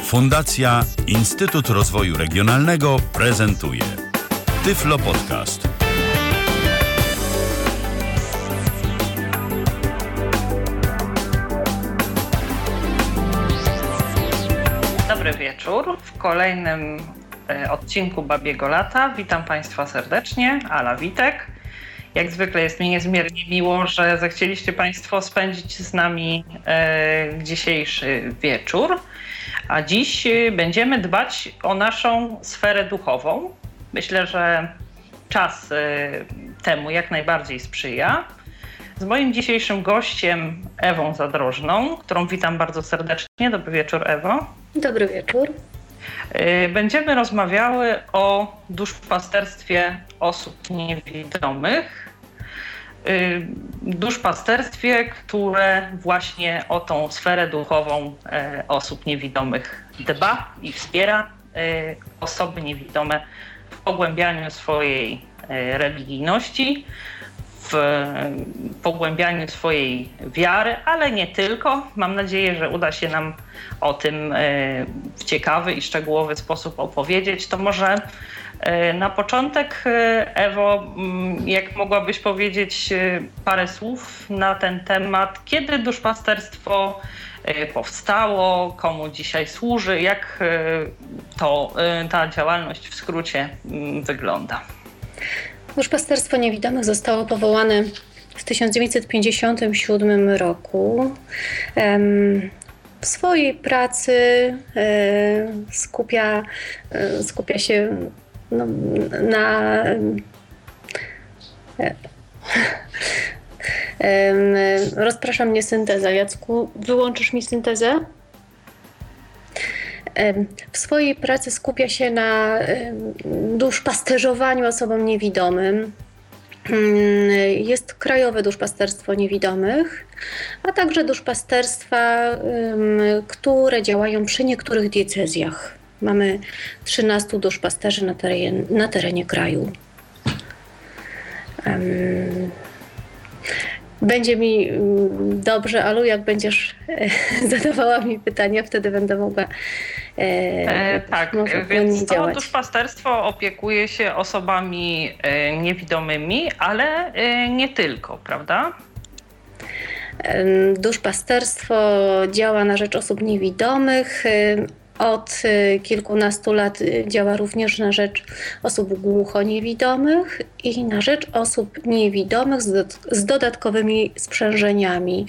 Fundacja Instytut Rozwoju Regionalnego prezentuje Tyflo Podcast. Dobry wieczór. W kolejnym odcinku Babiego Lata witam Państwa serdecznie. Ala Witek. Jak zwykle jest mi niezmiernie miło, że zechcieliście Państwo spędzić z nami dzisiejszy wieczór. A dziś będziemy dbać o naszą sferę duchową. Myślę, że czas temu jak najbardziej sprzyja. Z moim dzisiejszym gościem Ewą Zadrożną, którą witam bardzo serdecznie. Dobry wieczór, Ewo. Dobry wieczór. Będziemy rozmawiały o duszpasterstwie osób niewidomych. Duszpasterstwie, które właśnie o tą sferę duchową osób niewidomych dba i wspiera osoby niewidome w pogłębianiu swojej religijności, w pogłębianiu swojej wiary, ale nie tylko. Mam nadzieję, że uda się nam o tym w ciekawy i szczegółowy sposób opowiedzieć. To może na początek, Ewo, jak mogłabyś powiedzieć parę słów na ten temat, kiedy duszpasterstwo powstało, komu dzisiaj służy, jak ta działalność w skrócie wygląda? Duszpasterstwo niewidomych zostało powołane w 1957 roku. W swojej pracy skupia się na rozprasza mnie synteza. Jacku, wyłączysz mi syntezę? W swojej pracy skupia się na duszpasterzowaniu osobom niewidomym. Jest Krajowe Duszpasterstwo Niewidomych, a także duszpasterstwa, które działają przy niektórych diecezjach. Mamy 13 duszpasterzy na terenie kraju. Będzie mi dobrze, Alu, jak będziesz zadawała mi pytania, wtedy będę mogła tak, więc to duszpasterstwo opiekuje się osobami niewidomymi, ale nie tylko, prawda? Duszpasterstwo działa na rzecz osób niewidomych. Od kilkunastu lat działa również na rzecz osób głuchoniewidomych i na rzecz osób niewidomych z dodatkowymi sprzężeniami.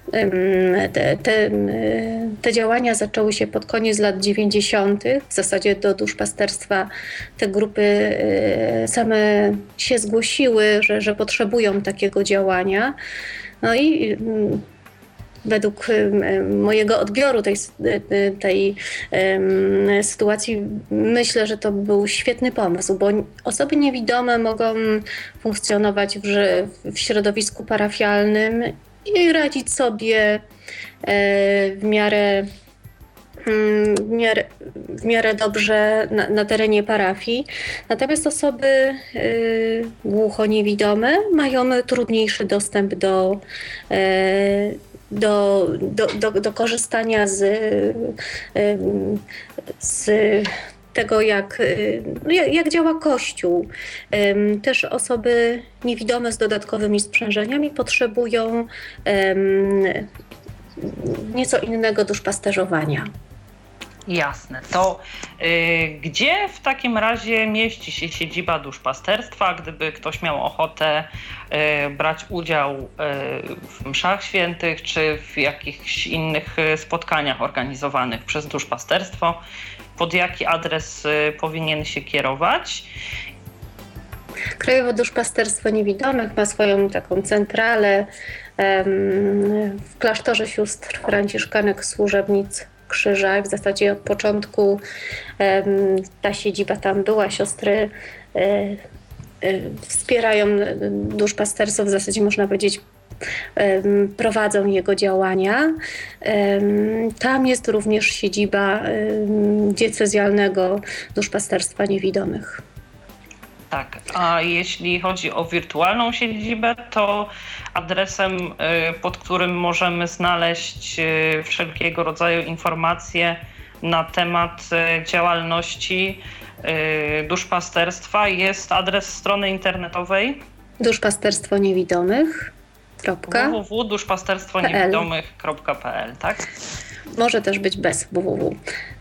Te działania zaczęły się pod koniec lat 90. W zasadzie do duszpasterstwa te grupy same się zgłosiły, że potrzebują takiego działania. No i według mojego odbioru tej sytuacji myślę, że to był świetny pomysł, bo osoby niewidome mogą funkcjonować w środowisku parafialnym i radzić sobie w miarę dobrze na terenie parafii. Natomiast osoby głuchoniewidome mają trudniejszy dostęp do korzystania z tego, jak działa Kościół. Też osoby niewidome z dodatkowymi sprzężeniami potrzebują nieco innego duszpasterzowania. Jasne. To gdzie w takim razie mieści się siedziba duszpasterstwa, gdyby ktoś miał ochotę brać udział w mszach świętych czy w jakichś innych spotkaniach organizowanych przez duszpasterstwo? Pod jaki adres powinien się kierować? Krajowe Duszpasterstwo Niewidomych ma swoją taką centralę w klasztorze sióstr franciszkanek Służebnic Krzyża. W zasadzie od początku ta siedziba tam była. Siostry wspierają duszpasterstwo, w zasadzie można powiedzieć prowadzą jego działania. Tam jest również siedziba diecezjalnego duszpasterstwa niewidomych. Tak, a jeśli chodzi o wirtualną siedzibę, to adresem, pod którym możemy znaleźć wszelkiego rodzaju informacje na temat działalności duszpasterstwa jest adres strony internetowej Duszpasterstwo Niewidomych. www.duszpasterstwoniewidomych.pl, tak? Może też być bez www.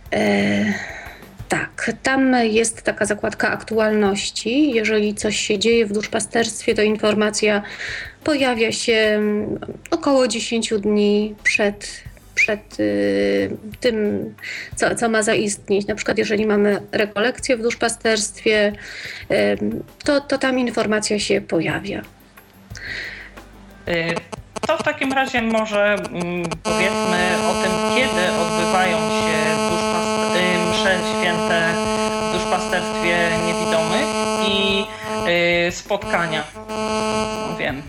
Tak, tam jest taka zakładka aktualności. Jeżeli coś się dzieje w duszpasterstwie, to informacja pojawia się około 10 dni przed tym, co ma zaistnieć. Na przykład jeżeli mamy rekolekcję w duszpasterstwie, to tam informacja się pojawia. To w takim razie może powiedzmy o tym, kiedy odbywają się msze święte w duszpasterstwie niewidomych i spotkania. Wiem.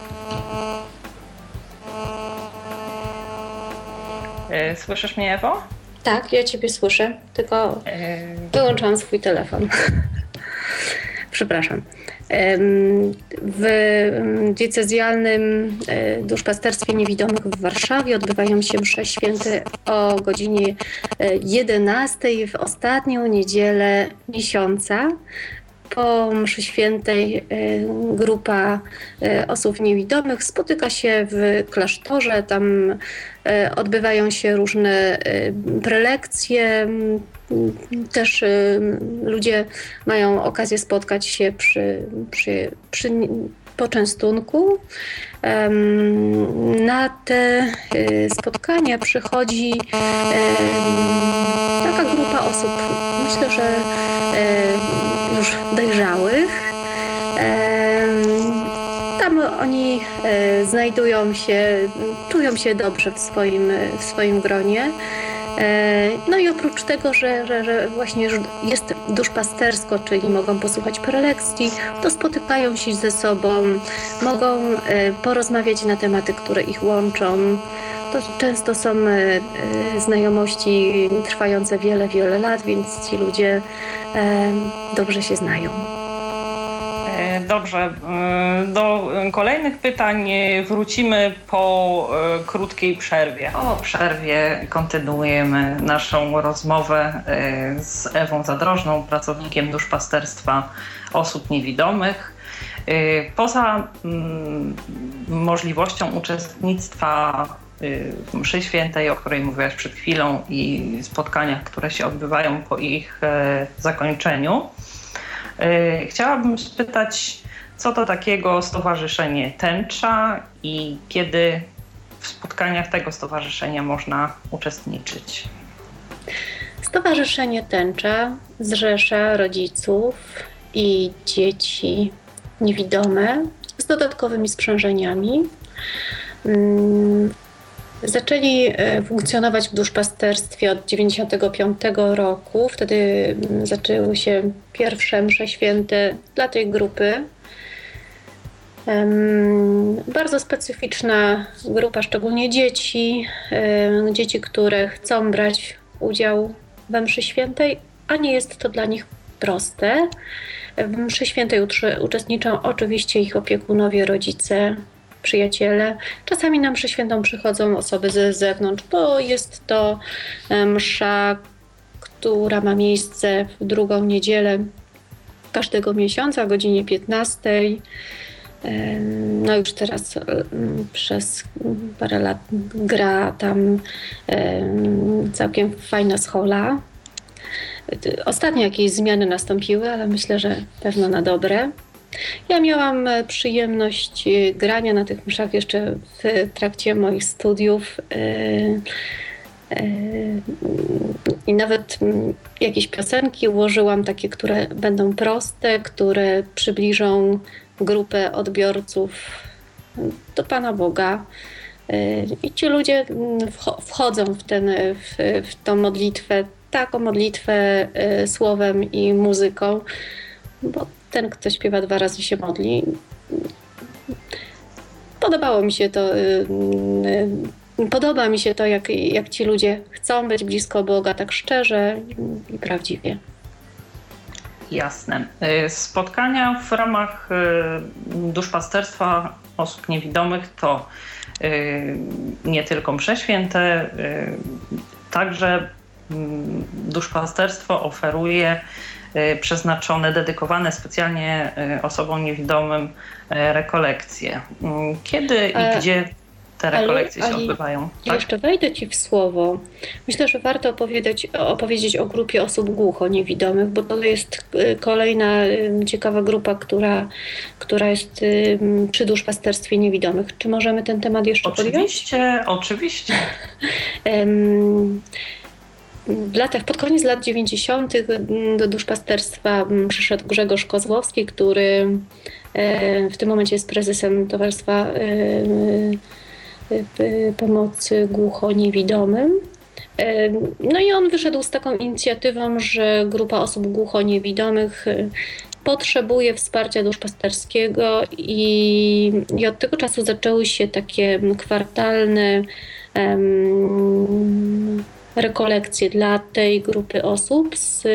Słyszysz mnie, Ewo? Tak, ja Ciebie słyszę, tylko wyłączyłam swój telefon. Przepraszam. W diecezjalnym duszpasterstwie niewidomych w Warszawie odbywają się msze święte o godzinie 11 w ostatnią niedzielę miesiąca. Po mszy świętej grupa osób niewidomych spotyka się w klasztorze. Tam odbywają się różne prelekcje. Też ludzie mają okazję spotkać się przy poczęstunku. Na te spotkania przychodzi taka grupa osób, myślę, że już dojrzałych. Tam oni znajdują się, czują się dobrze w swoim gronie. No i oprócz tego, że właśnie jest duszpastersko, czyli mogą posłuchać prelekcji, to spotykają się ze sobą, mogą porozmawiać na tematy, które ich łączą. To często są znajomości trwające wiele, wiele lat, więc ci ludzie dobrze się znają. Dobrze. Do kolejnych pytań wrócimy po krótkiej przerwie. Po przerwie kontynuujemy naszą rozmowę z Ewą Zadrożną, pracownikiem duszpasterstwa osób niewidomych. Poza możliwością uczestnictwa w mszy świętej, o której mówiłaś przed chwilą, i spotkaniach, które się odbywają po ich zakończeniu, chciałabym spytać, co to takiego Stowarzyszenie Tęcza i kiedy w spotkaniach tego stowarzyszenia można uczestniczyć? Stowarzyszenie Tęcza zrzesza rodziców i dzieci niewidome z dodatkowymi sprzężeniami. Zaczęli funkcjonować w duszpasterstwie od 1995 roku. Wtedy zaczęły się pierwsze msze święte dla tej grupy. Bardzo specyficzna grupa, szczególnie dzieci, które chcą brać udział we mszy świętej, a nie jest to dla nich proste. W mszy świętej uczestniczą oczywiście ich opiekunowie, rodzice, przyjaciele. Czasami na mszę świętą przychodzą osoby z zewnątrz, bo jest to msza, która ma miejsce w drugą niedzielę każdego miesiąca o godzinie 15. No już teraz przez parę lat gra tam całkiem fajna schola. Ostatnio jakieś zmiany nastąpiły, ale myślę, że pewno na dobre. Ja miałam przyjemność grania na tych mszach jeszcze w trakcie moich studiów i nawet jakieś piosenki ułożyłam, takie, które będą proste, które przybliżą grupę odbiorców do Pana Boga. I ci ludzie wchodzą w tą modlitwę, taką modlitwę słowem i muzyką, bo ten, kto śpiewa 2 razy, się modli. Podobało mi się to, podoba mi się to, jak ci ludzie chcą być blisko Boga, tak szczerze i prawdziwie. Jasne. Spotkania w ramach duszpasterstwa osób niewidomych to nie tylko msze święte, także duszpasterstwo oferuje przeznaczone, dedykowane specjalnie osobom niewidomym rekolekcje. Kiedy i gdzie te rekolekcje się odbywają? Tak? Jeszcze wejdę Ci w słowo. Myślę, że warto opowiedzieć o grupie osób głucho-niewidomych, bo to jest kolejna ciekawa grupa, która jest przy duszpasterstwie niewidomych. Czy możemy ten temat jeszcze podjąć? Oczywiście. Pod koniec lat 90. do duszpasterstwa przyszedł Grzegorz Kozłowski, który w tym momencie jest prezesem Towarzystwa Pomocy Głucho-Niewidomym. No i on wyszedł z taką inicjatywą, że grupa osób głucho-niewidomych potrzebuje wsparcia duszpasterskiego i od tego czasu zaczęły się takie kwartalne rekolekcje dla tej grupy osób.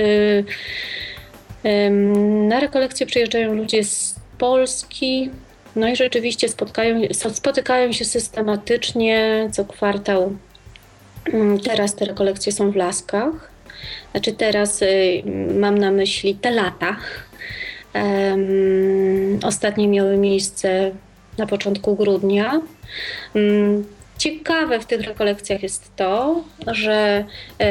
Na rekolekcje przyjeżdżają ludzie z Polski, no i rzeczywiście spotykają się systematycznie co kwartał. Teraz te rekolekcje są w Laskach. Znaczy teraz mam na myśli te lata. Ostatnie miały miejsce na początku grudnia. Ciekawe w tych rekolekcjach jest to, że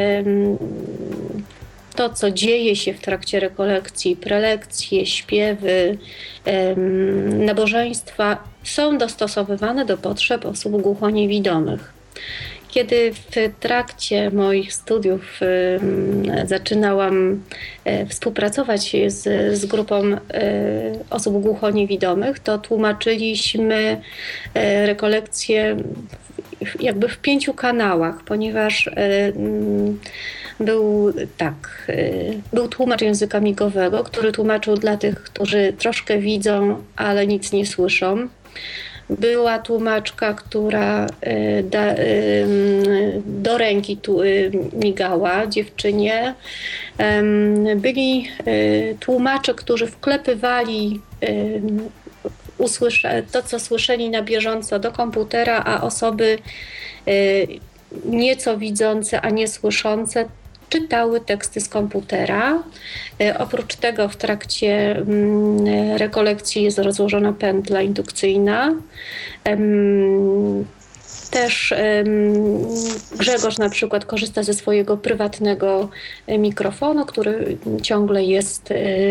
to, co dzieje się w trakcie rekolekcji, prelekcje, śpiewy, nabożeństwa są dostosowywane do potrzeb osób głuchoniewidomych. Kiedy w trakcie moich studiów zaczynałam współpracować z grupą osób głuchoniewidomych, to tłumaczyliśmy rekolekcje jakby w 5 kanałach, ponieważ był tłumacz języka migowego, który tłumaczył dla tych, którzy troszkę widzą, ale nic nie słyszą. Była tłumaczka, która do ręki migała dziewczynie. Byli tłumacze, którzy wklepywali to, co słyszeli na bieżąco do komputera, a osoby nieco widzące, a nie słyszące czytały teksty z komputera. Oprócz tego w trakcie rekolekcji jest rozłożona pętla indukcyjna. Też Grzegorz na przykład korzysta ze swojego prywatnego mikrofonu, który ciągle jest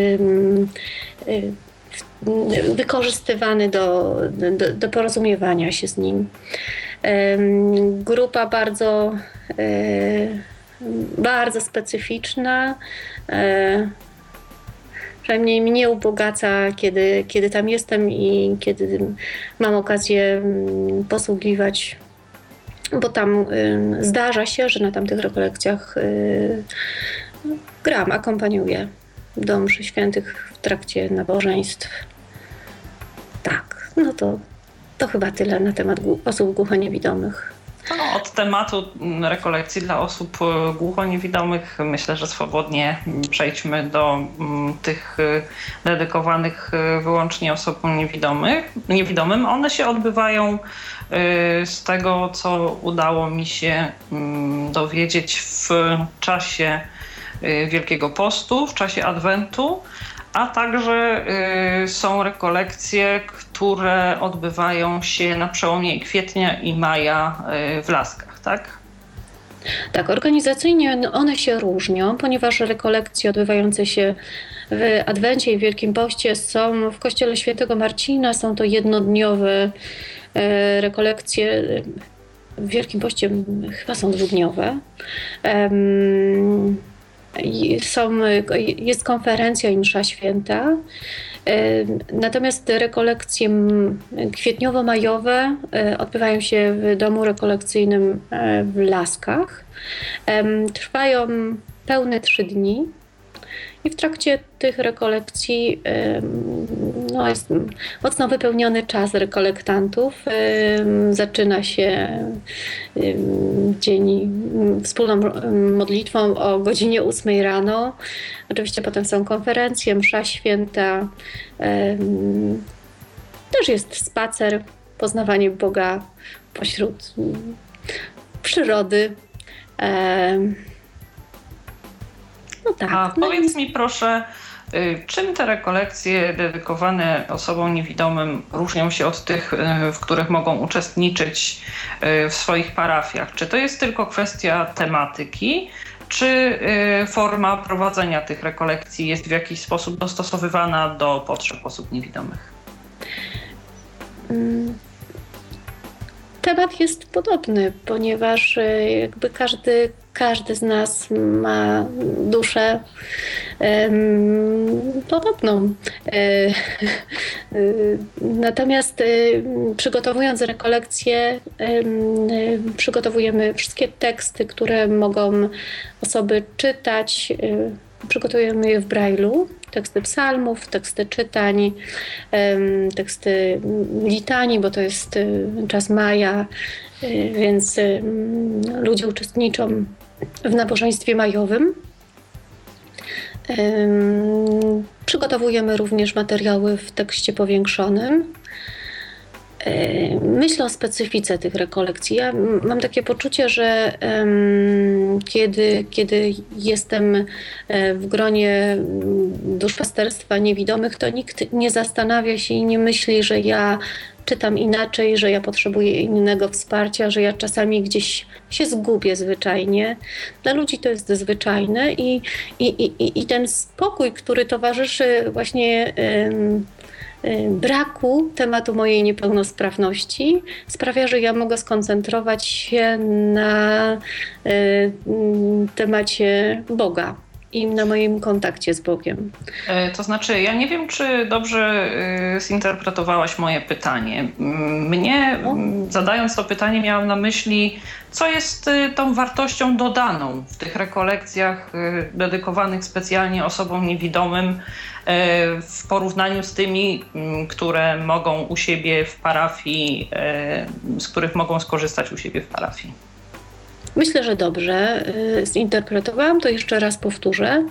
wykorzystywany do porozumiewania się z nim. Grupa bardzo specyficzna, przynajmniej mnie ubogaca, kiedy tam jestem i kiedy mam okazję posługiwać, bo tam zdarza się, że na tamtych rekolekcjach gram, akompaniuję do mszy świętych w trakcie nabożeństw. Tak, no to chyba tyle na temat osób głuchoniewidomych. No, od tematu rekolekcji dla osób głuchoniewidomych myślę, że swobodnie przejdźmy do tych dedykowanych wyłącznie osobom niewidomym. One się odbywają z tego, co udało mi się dowiedzieć w czasie Wielkiego Postu, w czasie Adwentu, a także są rekolekcje, które odbywają się na przełomie kwietnia i maja w Laskach, tak? Tak, organizacyjnie one się różnią, ponieważ rekolekcje odbywające się w Adwencie i Wielkim Poście są w Kościele Świętego Marcina, są to jednodniowe rekolekcje. W Wielkim Poście chyba są 2-dniowe. Jest konferencja i msza święta. Natomiast rekolekcje kwietniowo-majowe odbywają się w domu rekolekcyjnym w Laskach. Trwają pełne 3 dni. I w trakcie tych rekolekcji jest mocno wypełniony czas rekolektantów. Zaczyna się dzień wspólną modlitwą o godzinie 8 rano. Oczywiście potem są konferencje, msza święta. Też jest spacer, poznawanie Boga pośród przyrody. No tak. A powiedz mi proszę, czym te rekolekcje dedykowane osobom niewidomym różnią się od tych, w których mogą uczestniczyć w swoich parafiach? Czy to jest tylko kwestia tematyki, czy forma prowadzenia tych rekolekcji jest w jakiś sposób dostosowywana do potrzeb osób niewidomych? Temat jest podobny, ponieważ jakby każdy z nas ma duszę podobną. Natomiast przygotowując rekolekcje, przygotowujemy wszystkie teksty, które mogą osoby czytać. Przygotowujemy je w Braille'u, teksty psalmów, teksty czytań, teksty litanii, bo to jest czas maja, więc ludzie uczestniczą w nabożeństwie majowym. Przygotowujemy również materiały w tekście powiększonym. Myślę o specyfice tych rekolekcji. Ja mam takie poczucie, że kiedy jestem w gronie duszpasterstwa niewidomych, to nikt nie zastanawia się i nie myśli, że ja czytam inaczej, że ja potrzebuję innego wsparcia, że ja czasami gdzieś się zgubię zwyczajnie. Dla ludzi to jest zwyczajne i ten spokój, który towarzyszy właśnie braku tematu mojej niepełnosprawności sprawia, że ja mogę skoncentrować się na temacie Boga i na moim kontakcie z Bogiem. To znaczy, ja nie wiem, czy dobrze zinterpretowałaś moje pytanie. Mnie, zadając to pytanie, miałam na myśli, co jest tą wartością dodaną w tych rekolekcjach dedykowanych specjalnie osobom niewidomym w porównaniu z tymi, które mogą u siebie w parafii, z których mogą skorzystać u siebie w parafii. Myślę, że dobrze zinterpretowałam, to jeszcze raz powtórzę.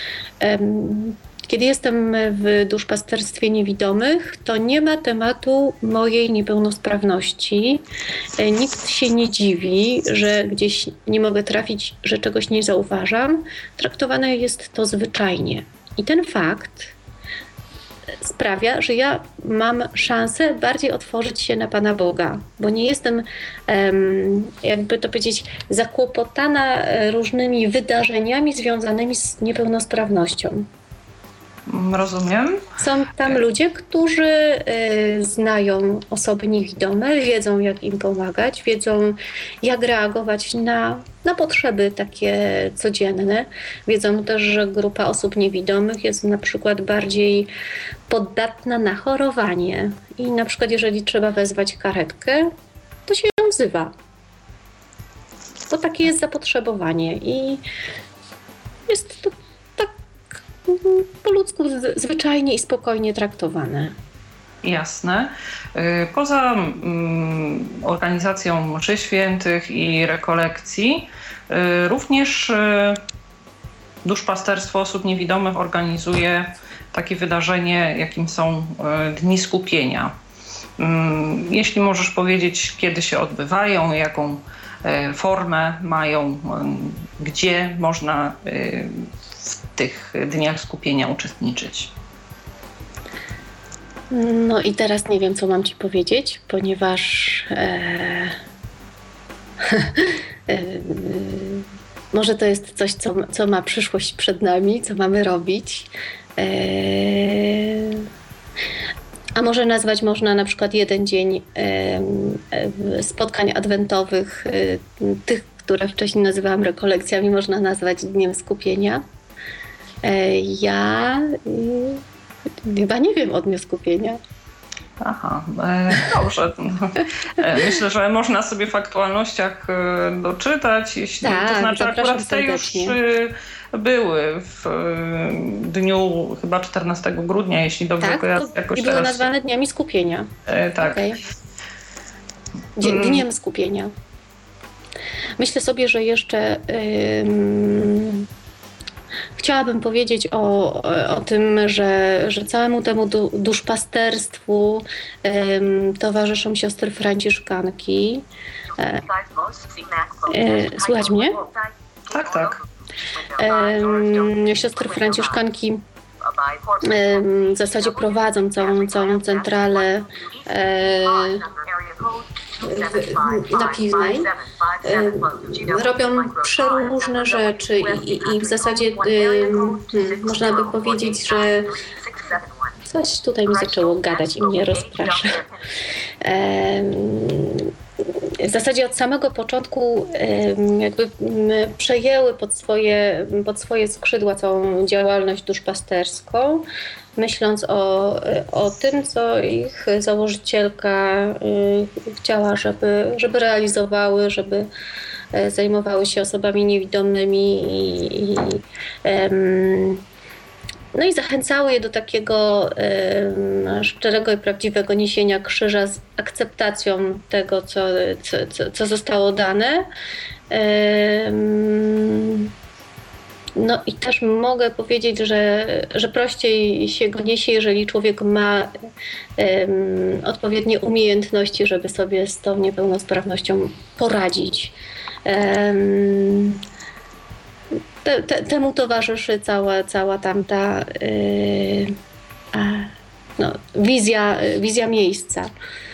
Kiedy jestem w duszpasterstwie niewidomych, to nie ma tematu mojej niepełnosprawności. Nikt się nie dziwi, że gdzieś nie mogę trafić, że czegoś nie zauważam. Traktowane jest to zwyczajnie. I ten fakt sprawia, że ja mam szansę bardziej otworzyć się na Pana Boga, bo nie jestem, jakby to powiedzieć, zakłopotana różnymi wydarzeniami związanymi z niepełnosprawnością. Rozumiem. Są tam ludzie, którzy znają osoby niewidome, wiedzą, jak im pomagać, wiedzą, jak reagować na potrzeby takie codzienne. Wiedzą też, że grupa osób niewidomych jest na przykład bardziej podatna na chorowanie i na przykład jeżeli trzeba wezwać karetkę, to się ją wzywa, bo takie jest zapotrzebowanie i jest to po ludzku zwyczajnie i spokojnie traktowane. Jasne. Poza organizacją mszy świętych i rekolekcji, również duszpasterstwo osób niewidomych organizuje takie wydarzenie, jakim są Dni Skupienia. Jeśli możesz powiedzieć, kiedy się odbywają, jaką formę mają, gdzie można w tych dniach skupienia uczestniczyć. No i teraz nie wiem, co mam Ci powiedzieć, ponieważ może to jest coś, co ma przyszłość przed nami, co mamy robić. A może nazwać można na przykład jeden dzień spotkań adwentowych, tych, które wcześniej nazywałam rekolekcjami, można nazwać Dniem Skupienia. Ja chyba nie wiem o Dniu Skupienia. Aha, dobrze. Myślę, że można sobie w aktualnościach doczytać. Jeśli, tak, to znaczy akurat te już były w dniu chyba 14 grudnia, jeśli dobrze kojarzę. I były nazwane Dniami Skupienia. Tak. Okay. Dniem Skupienia. Myślę sobie, że jeszcze chciałabym powiedzieć o tym, że całemu temu duszpasterstwu towarzyszą siostry franciszkanki. Słychać mnie? Tak, tak. Siostry franciszkanki w zasadzie prowadzą całą centralę na Piwnej. Robią przeróżne rzeczy i w zasadzie można by powiedzieć, że coś tutaj mi zaczęło gadać i mnie rozprasza. W zasadzie od samego początku jakby przejęły pod swoje skrzydła całą działalność duszpasterską, myśląc o tym, co ich założycielka chciała, żeby realizowały, żeby zajmowały się osobami niewidomymi no i zachęcały je do takiego szczerego i prawdziwego niesienia krzyża z akceptacją tego, co zostało dane. No i też mogę powiedzieć, że prościej się go niesie, jeżeli człowiek ma odpowiednie umiejętności, żeby sobie z tą niepełnosprawnością poradzić. Temu towarzyszy cała tamta wizja miejsca.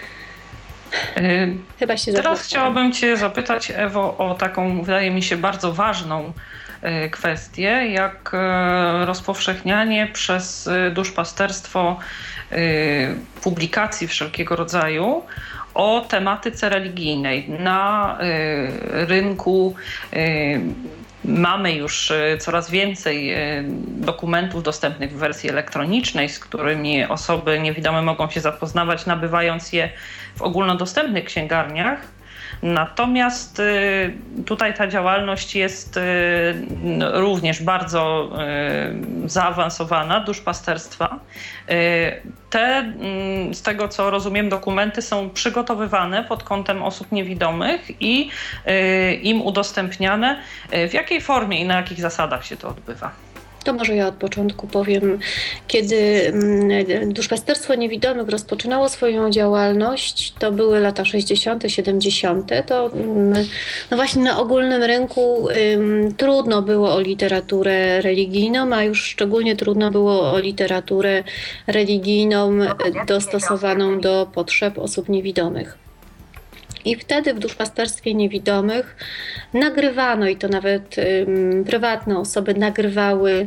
Chyba się Teraz chciałabym Cię zapytać, Ewo, o taką, wydaje mi się, bardzo ważną kwestię, jak rozpowszechnianie przez duszpasterstwo publikacji wszelkiego rodzaju o tematyce religijnej. Na rynku mamy już coraz więcej dokumentów dostępnych w wersji elektronicznej, z którymi osoby niewidome mogą się zapoznawać, nabywając je w ogólnodostępnych księgarniach. Natomiast tutaj ta działalność jest również bardzo zaawansowana, duszpasterstwa. Te, z tego co rozumiem, dokumenty są przygotowywane pod kątem osób niewidomych i im udostępniane. W jakiej formie i na jakich zasadach się to odbywa? To może ja od początku powiem. Kiedy duszpasterstwo niewidomych rozpoczynało swoją działalność, to były lata 60., 70., to no właśnie na ogólnym rynku trudno było o literaturę religijną, a już szczególnie trudno było o literaturę religijną dostosowaną do potrzeb osób niewidomych. I wtedy w duszpasterstwie niewidomych nagrywano, i to nawet prywatne osoby nagrywały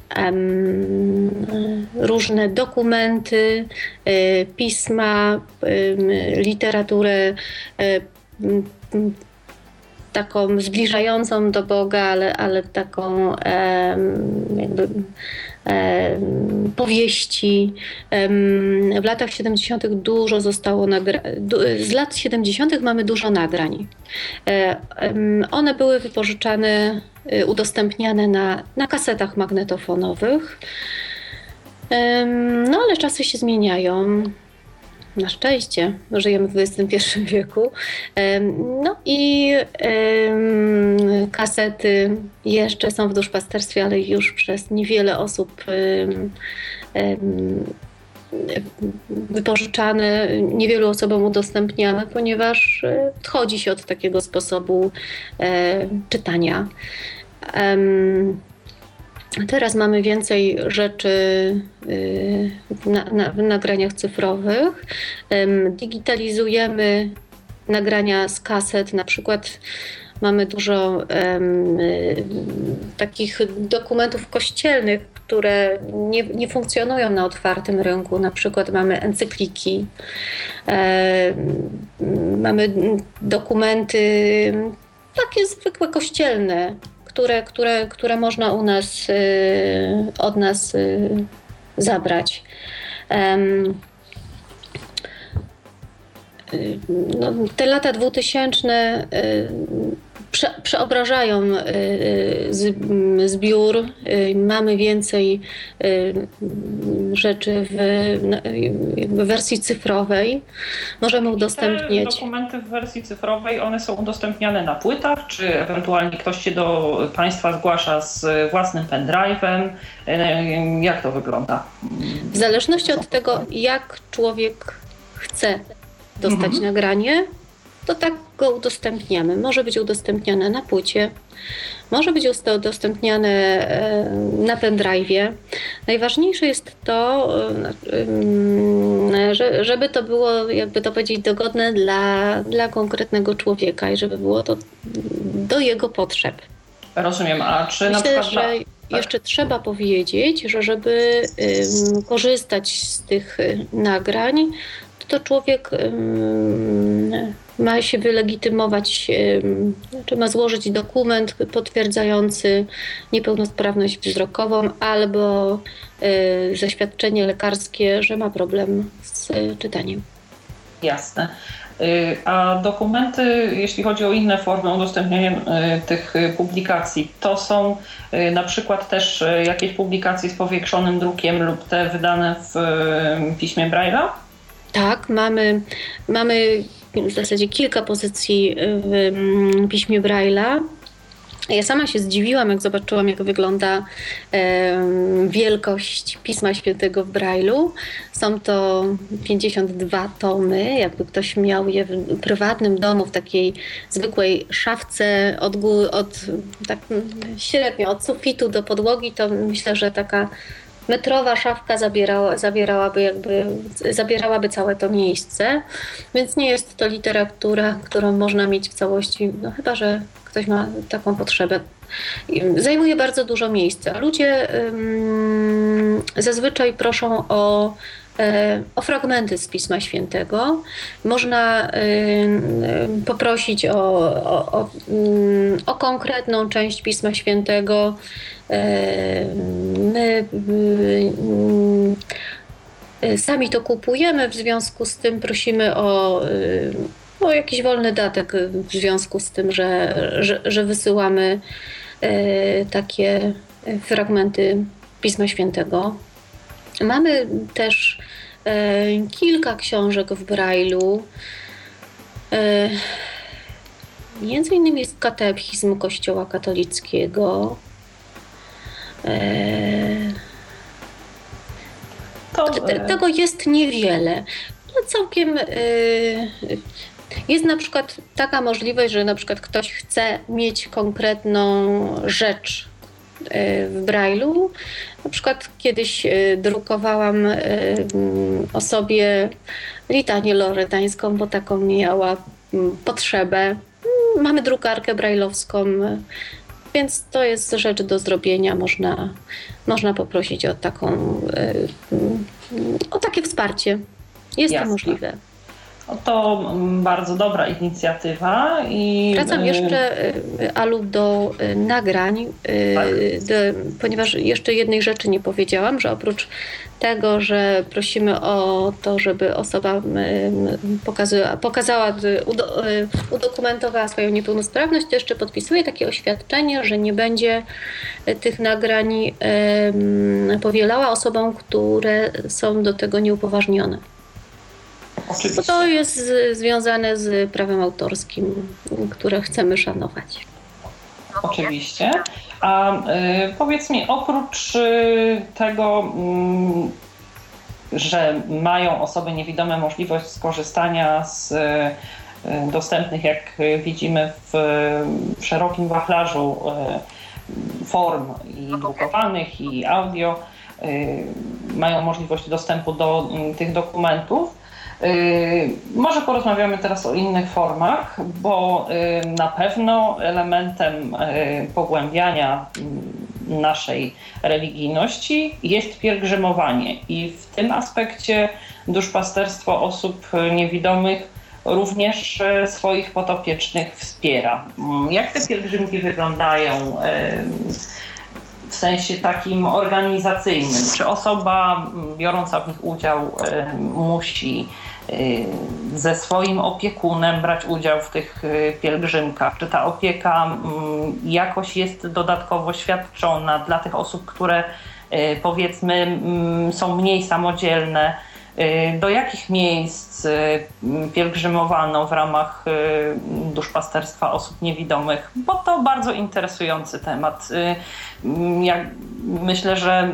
różne dokumenty, pisma, literaturę taką zbliżającą do Boga, ale taką jakby powieści. W latach 70. dużo zostało z lat 70. mamy dużo nagrań. One były wypożyczane, udostępniane na kasetach magnetofonowych. No ale czasy się zmieniają. Na szczęście żyjemy w XXI wieku. No i kasety jeszcze są w duszpasterstwie, ale już przez niewiele osób wypożyczane, niewielu osobom udostępniane, ponieważ odchodzi się od takiego sposobu czytania. Teraz mamy więcej rzeczy w nagraniach cyfrowych. Digitalizujemy nagrania z kaset. Na przykład mamy dużo takich dokumentów kościelnych, które nie funkcjonują na otwartym rynku. Na przykład mamy encykliki, mamy dokumenty takie zwykłe kościelne, które można od nas zabrać. No, te lata 2000 przeobrażają zbiór. Mamy więcej rzeczy w wersji cyfrowej. Możemy udostępniać. Te dokumenty w wersji cyfrowej, one są udostępniane na płytach, czy ewentualnie ktoś się do Państwa zgłasza z własnym pendrive'em? Jak to wygląda? W zależności od tego, jak człowiek chce dostać nagranie, to tak go udostępniamy. Może być udostępniane na płycie, może być udostępniane na pendrive'ie. Najważniejsze jest to, żeby to było, jakby to powiedzieć, dogodne dla konkretnego człowieka i żeby było to do jego potrzeb. Rozumiem, a czy Myślę, na przykład... że jeszcze trzeba powiedzieć, że żeby korzystać z tych nagrań, to człowiek ma się wylegitymować, czy ma złożyć dokument potwierdzający niepełnosprawność wzrokową albo zaświadczenie lekarskie, że ma problem z czytaniem. Jasne. A dokumenty, jeśli chodzi o inne formy udostępniania tych publikacji, to są na przykład też jakieś publikacje z powiększonym drukiem lub te wydane w piśmie Braille'a? Tak, mamy w zasadzie kilka pozycji w piśmie Braille'a. Ja sama się zdziwiłam, jak zobaczyłam, jak wygląda wielkość Pisma Świętego w Braille'u. Są to 52 tomy. Jakby ktoś miał je w prywatnym domu, w takiej zwykłej szafce tak średnio od sufitu do podłogi, to myślę, że taka metrowa szafka zabierałaby całe to miejsce, więc nie jest to literatura, którą można mieć w całości, no chyba że ktoś ma taką potrzebę. Zajmuje bardzo dużo miejsca. Ludzie zazwyczaj proszą o fragmenty z Pisma Świętego. Można poprosić o konkretną część Pisma Świętego. My sami to kupujemy, w związku z tym prosimy o jakiś wolny datek w związku z tym, że wysyłamy takie fragmenty Pisma Świętego. Mamy też kilka książek w Braille'u. Między innymi jest katechizm Kościoła katolickiego. Tego jest niewiele. No całkiem jest na przykład taka możliwość, że na przykład ktoś chce mieć konkretną rzecz w Braille'u. Na przykład kiedyś drukowałam osobie litanię loretańską, bo taką miała potrzebę. Mamy drukarkę brajlowską, więc to jest rzecz do zrobienia. Można poprosić o takie wsparcie. Jest to możliwe. To bardzo dobra inicjatywa. Wracam jeszcze, Alu, do nagrań, ponieważ jeszcze jednej rzeczy nie powiedziałam, że oprócz tego, że prosimy o to, żeby osoba udokumentowała swoją niepełnosprawność, to jeszcze podpisuje takie oświadczenie, że nie będzie tych nagrań powielała osobom, które są do tego nieupoważnione. Bo to jest związane z prawem autorskim, które chcemy szanować. Oczywiście. A powiedz mi, oprócz tego, że mają osoby niewidome możliwość skorzystania z dostępnych, jak widzimy, w szerokim wachlarzu form i drukowanych, i audio, mają możliwość dostępu do tych dokumentów. Może porozmawiamy teraz o innych formach, bo na pewno elementem pogłębiania naszej religijności jest pielgrzymowanie i w tym aspekcie duszpasterstwo osób niewidomych również swoich podopiecznych wspiera. Jak te pielgrzymki wyglądają w sensie takim organizacyjnym? Czy osoba biorąca w nich udział musi ze swoim opiekunem brać udział w tych pielgrzymkach? Czy ta opieka jakoś jest dodatkowo świadczona dla tych osób, które powiedzmy są mniej samodzielne? Do jakich miejsc pielgrzymowano w ramach duszpasterstwa osób niewidomych? Bo to bardzo interesujący temat. Ja myślę, że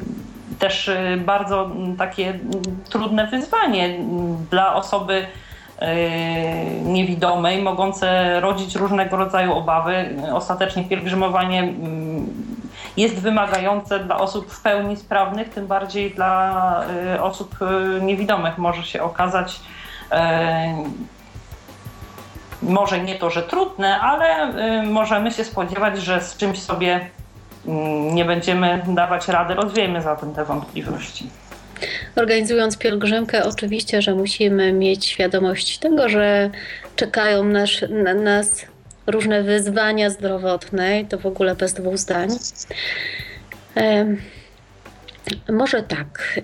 też bardzo takie trudne wyzwanie dla osoby niewidomej, mogące rodzić różnego rodzaju obawy. Ostatecznie pielgrzymowanie jest wymagające dla osób w pełni sprawnych, tym bardziej dla osób niewidomych może się okazać może nie to, że trudne, ale możemy się spodziewać, że z czymś sobie nie będziemy dawać rady. Rozwiejmy zatem te wątpliwości. Organizując pielgrzymkę, oczywiście, że musimy mieć świadomość tego, że czekają na nas różne wyzwania zdrowotne, to w ogóle bez dwóch zdań. Może tak.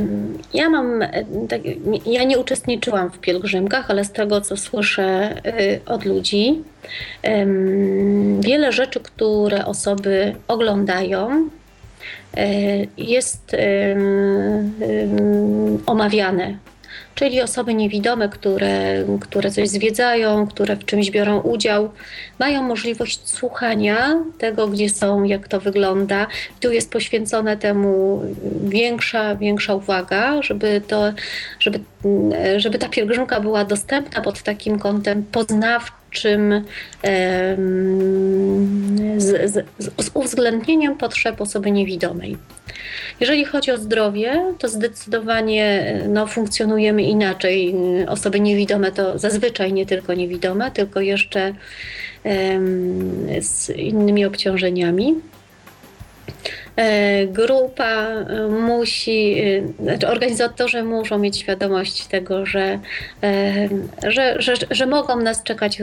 Ja nie uczestniczyłam w pielgrzymkach, ale z tego, co słyszę od ludzi, wiele rzeczy, które osoby oglądają, jest omawiane. Czyli osoby niewidome, które coś zwiedzają, które w czymś biorą udział, mają możliwość słuchania tego, gdzie są, jak to wygląda. Tu jest poświęcona temu większa uwaga, żeby ta pielgrzymka była dostępna pod takim kątem poznawczym, z uwzględnieniem potrzeb osoby niewidomej. Jeżeli chodzi o zdrowie, to zdecydowanie funkcjonujemy inaczej. Osoby niewidome to zazwyczaj nie tylko niewidome, tylko jeszcze z innymi obciążeniami. Grupa organizatorzy muszą mieć świadomość tego, że mogą nas czekać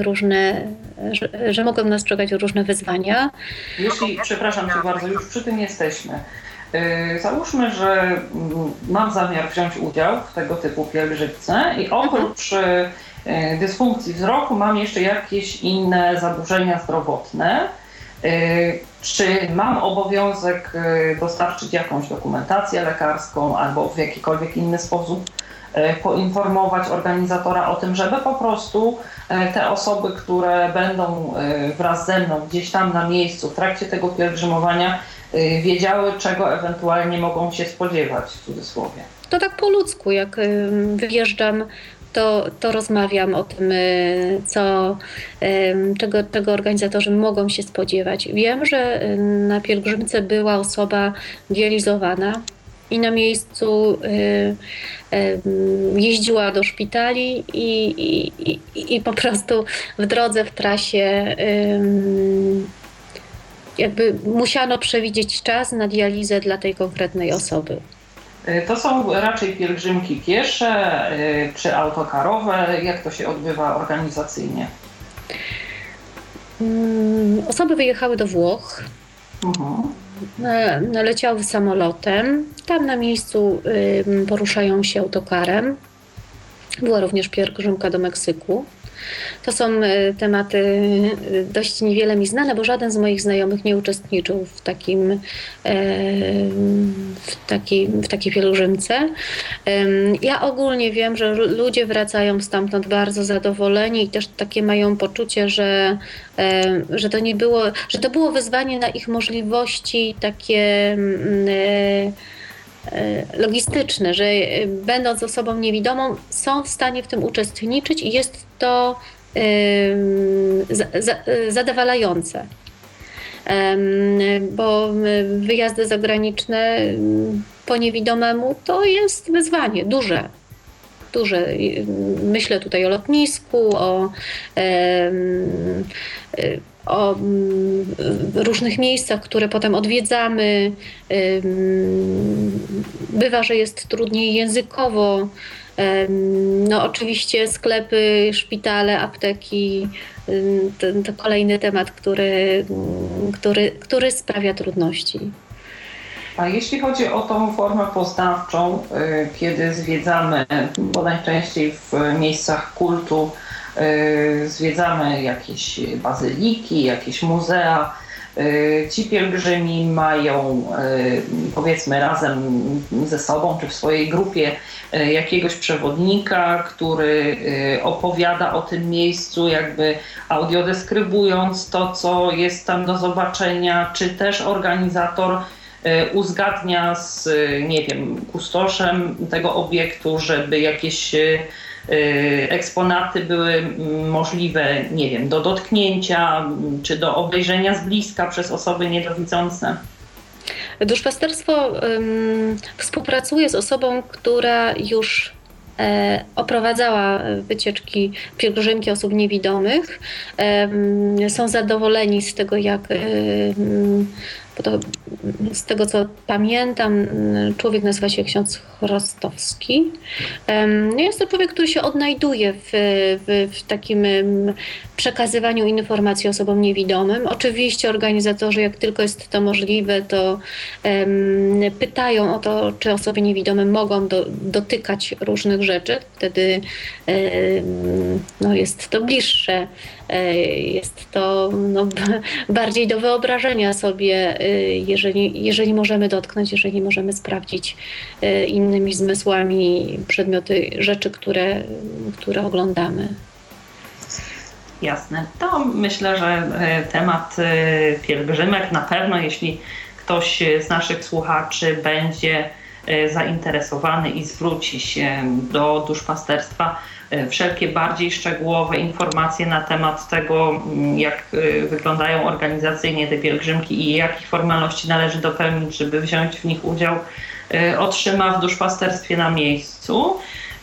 różne wyzwania. Przepraszam Cię bardzo, już przy tym jesteśmy. Załóżmy, że mam zamiar wziąć udział w tego typu pielgrzymce i oprócz dysfunkcji wzroku mam jeszcze jakieś inne zaburzenia zdrowotne. Czy mam obowiązek dostarczyć jakąś dokumentację lekarską albo w jakikolwiek inny sposób poinformować organizatora o tym, żeby po prostu te osoby, które będą wraz ze mną gdzieś tam na miejscu w trakcie tego pielgrzymowania, wiedziały, czego ewentualnie mogą się spodziewać, w cudzysłowie? To tak po ludzku, jak wyjeżdżam, to rozmawiam o tym, czego organizatorzy mogą się spodziewać. Wiem, że na pielgrzymce była osoba dializowana i na miejscu jeździła do szpitali i po prostu w drodze, w trasie jakby musiano przewidzieć czas na dializę dla tej konkretnej osoby. To są raczej pielgrzymki piesze czy autokarowe? Jak to się odbywa organizacyjnie? Osoby wyjechały do Włoch, leciały samolotem, tam na miejscu poruszają się autokarem. Była również pielgrzymka do Meksyku. To są tematy dość niewiele mi znane, bo żaden z moich znajomych nie uczestniczył w takiej pielgrzymce. Ja ogólnie wiem, że ludzie wracają stamtąd bardzo zadowoleni i też takie mają poczucie, że to było wyzwanie na ich możliwości takie logistyczne, że będąc osobą niewidomą są w stanie w tym uczestniczyć i jest to zadowalające. Bo wyjazdy zagraniczne po niewidomemu to jest wyzwanie duże. Myślę tutaj o lotnisku, o różnych miejscach, które potem odwiedzamy. Bywa, że jest trudniej językowo. Oczywiście sklepy, szpitale, apteki to kolejny temat, który sprawia trudności. A jeśli chodzi o tą formę poznawczą, kiedy zwiedzamy, bo najczęściej w miejscach kultu zwiedzamy jakieś bazyliki, jakieś muzea, ci pielgrzymi mają, powiedzmy, razem ze sobą czy w swojej grupie jakiegoś przewodnika, który opowiada o tym miejscu, jakby audiodeskrybując to, co jest tam do zobaczenia, czy też organizator uzgadnia z, nie wiem, kustoszem tego obiektu, żeby jakieś eksponaty były możliwe, nie wiem, do dotknięcia czy do obejrzenia z bliska przez osoby niedowidzące? Duszpasterstwo współpracuje z osobą, która już oprowadzała wycieczki, pielgrzymki osób niewidomych. Są zadowoleni z tego, z tego co pamiętam, człowiek nazywa się ksiądz Chrostowski. Jest to człowiek, który się odnajduje w takim przekazywaniu informacji osobom niewidomym. Oczywiście organizatorzy, jak tylko jest to możliwe, to pytają o to, czy osoby niewidome mogą dotykać różnych rzeczy. Wtedy jest to bliższe, jest to bardziej do wyobrażenia sobie, jeżeli możemy dotknąć, jeżeli możemy sprawdzić innymi zmysłami przedmioty, rzeczy, które oglądamy. Jasne. To myślę, że temat pielgrzymek na pewno, jeśli ktoś z naszych słuchaczy będzie zainteresowany i zwróci się do duszpasterstwa, wszelkie bardziej szczegółowe informacje na temat tego, jak wyglądają organizacyjnie te pielgrzymki i jakich formalności należy dopełnić, żeby wziąć w nich udział, otrzyma w duszpasterstwie na miejscu.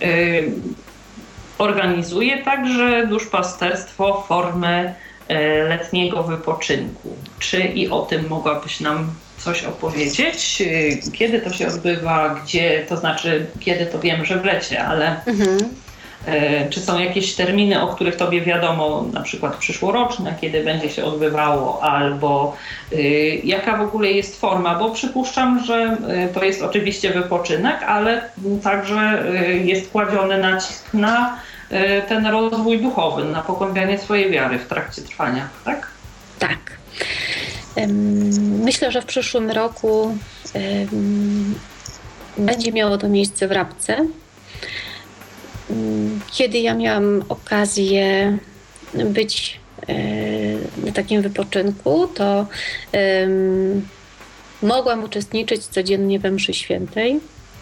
Organizuje także duszpasterstwo formy letniego wypoczynku. Czy i o tym mogłabyś nam coś opowiedzieć? Kiedy to się odbywa? Gdzie? To znaczy, kiedy to wiem, że w lecie, ale czy są jakieś terminy, o których tobie wiadomo, na przykład przyszłoroczne, kiedy będzie się odbywało, albo jaka w ogóle jest forma? Bo przypuszczam, że to jest oczywiście wypoczynek, ale także jest kładziony nacisk na ten rozwój duchowy, na pogłębianie swojej wiary w trakcie trwania, tak? Tak. Myślę, że w przyszłym roku będzie miało to miejsce w Rabce. Kiedy ja miałam okazję być na takim wypoczynku, to mogłam uczestniczyć codziennie we mszy świętej.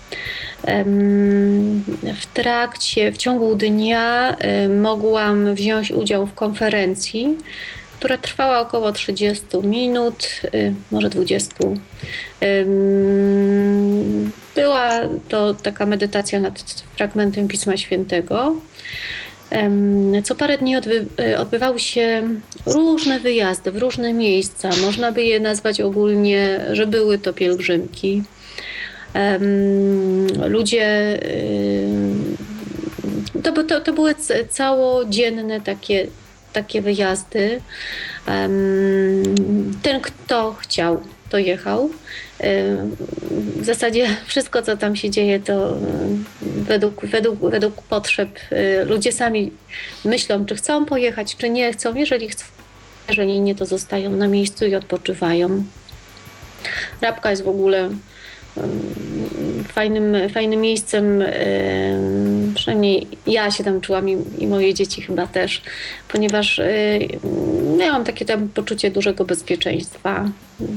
W ciągu dnia mogłam wziąć udział w konferencji, która trwała około 30 minut, może 20. Była to taka medytacja nad fragmentem Pisma Świętego. Co parę dni odbywały się różne wyjazdy w różne miejsca. Można by je nazwać ogólnie, że były to pielgrzymki. Ludzie, to były całodzienne takie wyjazdy. Ten, kto chciał, to jechał. W zasadzie wszystko, co tam się dzieje, to według potrzeb. Ludzie sami myślą, czy chcą pojechać, czy nie chcą. Jeżeli chcą, jeżeli nie, to zostają na miejscu i odpoczywają. Rabka jest w ogóle fajnym miejscem, przynajmniej ja się tam czułam i moje dzieci chyba też, ponieważ miałam takie tam poczucie dużego bezpieczeństwa.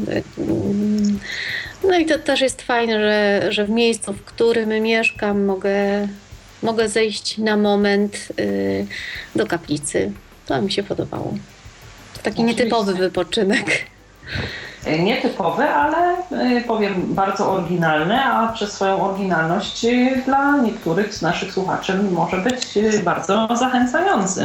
No i to też jest fajne, że w miejscu, w którym mieszkam, mogę zejść na moment do kaplicy. To mi się podobało. To taki nietypowy wypoczynek. Nietypowy, ale powiem bardzo oryginalny, a przez swoją oryginalność dla niektórych z naszych słuchaczy może być bardzo zachęcający.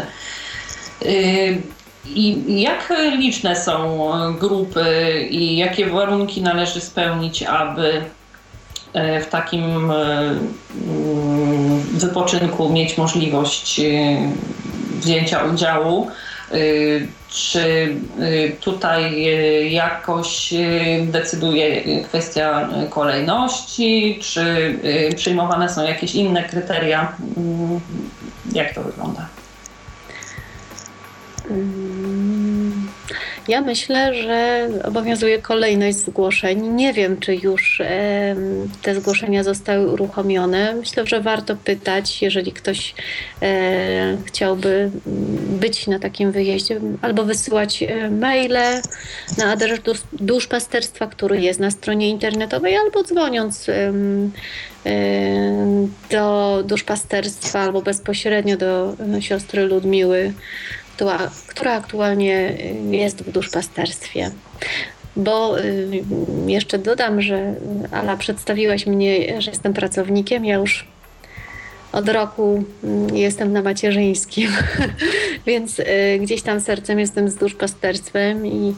I jak liczne są grupy i jakie warunki należy spełnić, aby w takim wypoczynku mieć możliwość wzięcia udziału? Czy tutaj jakoś decyduje kwestia kolejności, czy przyjmowane są jakieś inne kryteria? Jak to wygląda? Ja myślę, że obowiązuje kolejność zgłoszeń. Nie wiem, czy już te zgłoszenia zostały uruchomione. Myślę, że warto pytać, jeżeli ktoś chciałby być na takim wyjeździe, albo wysyłać maile na adres duszpasterstwa, który jest na stronie internetowej, albo dzwoniąc do duszpasterstwa, albo bezpośrednio do siostry Ludmiły, która aktualnie jest w duszpasterstwie. Bo jeszcze dodam, że Ala, przedstawiłaś mnie, że jestem pracownikiem. Ja już od roku jestem na macierzyńskim, więc gdzieś tam sercem jestem z duszpasterstwem i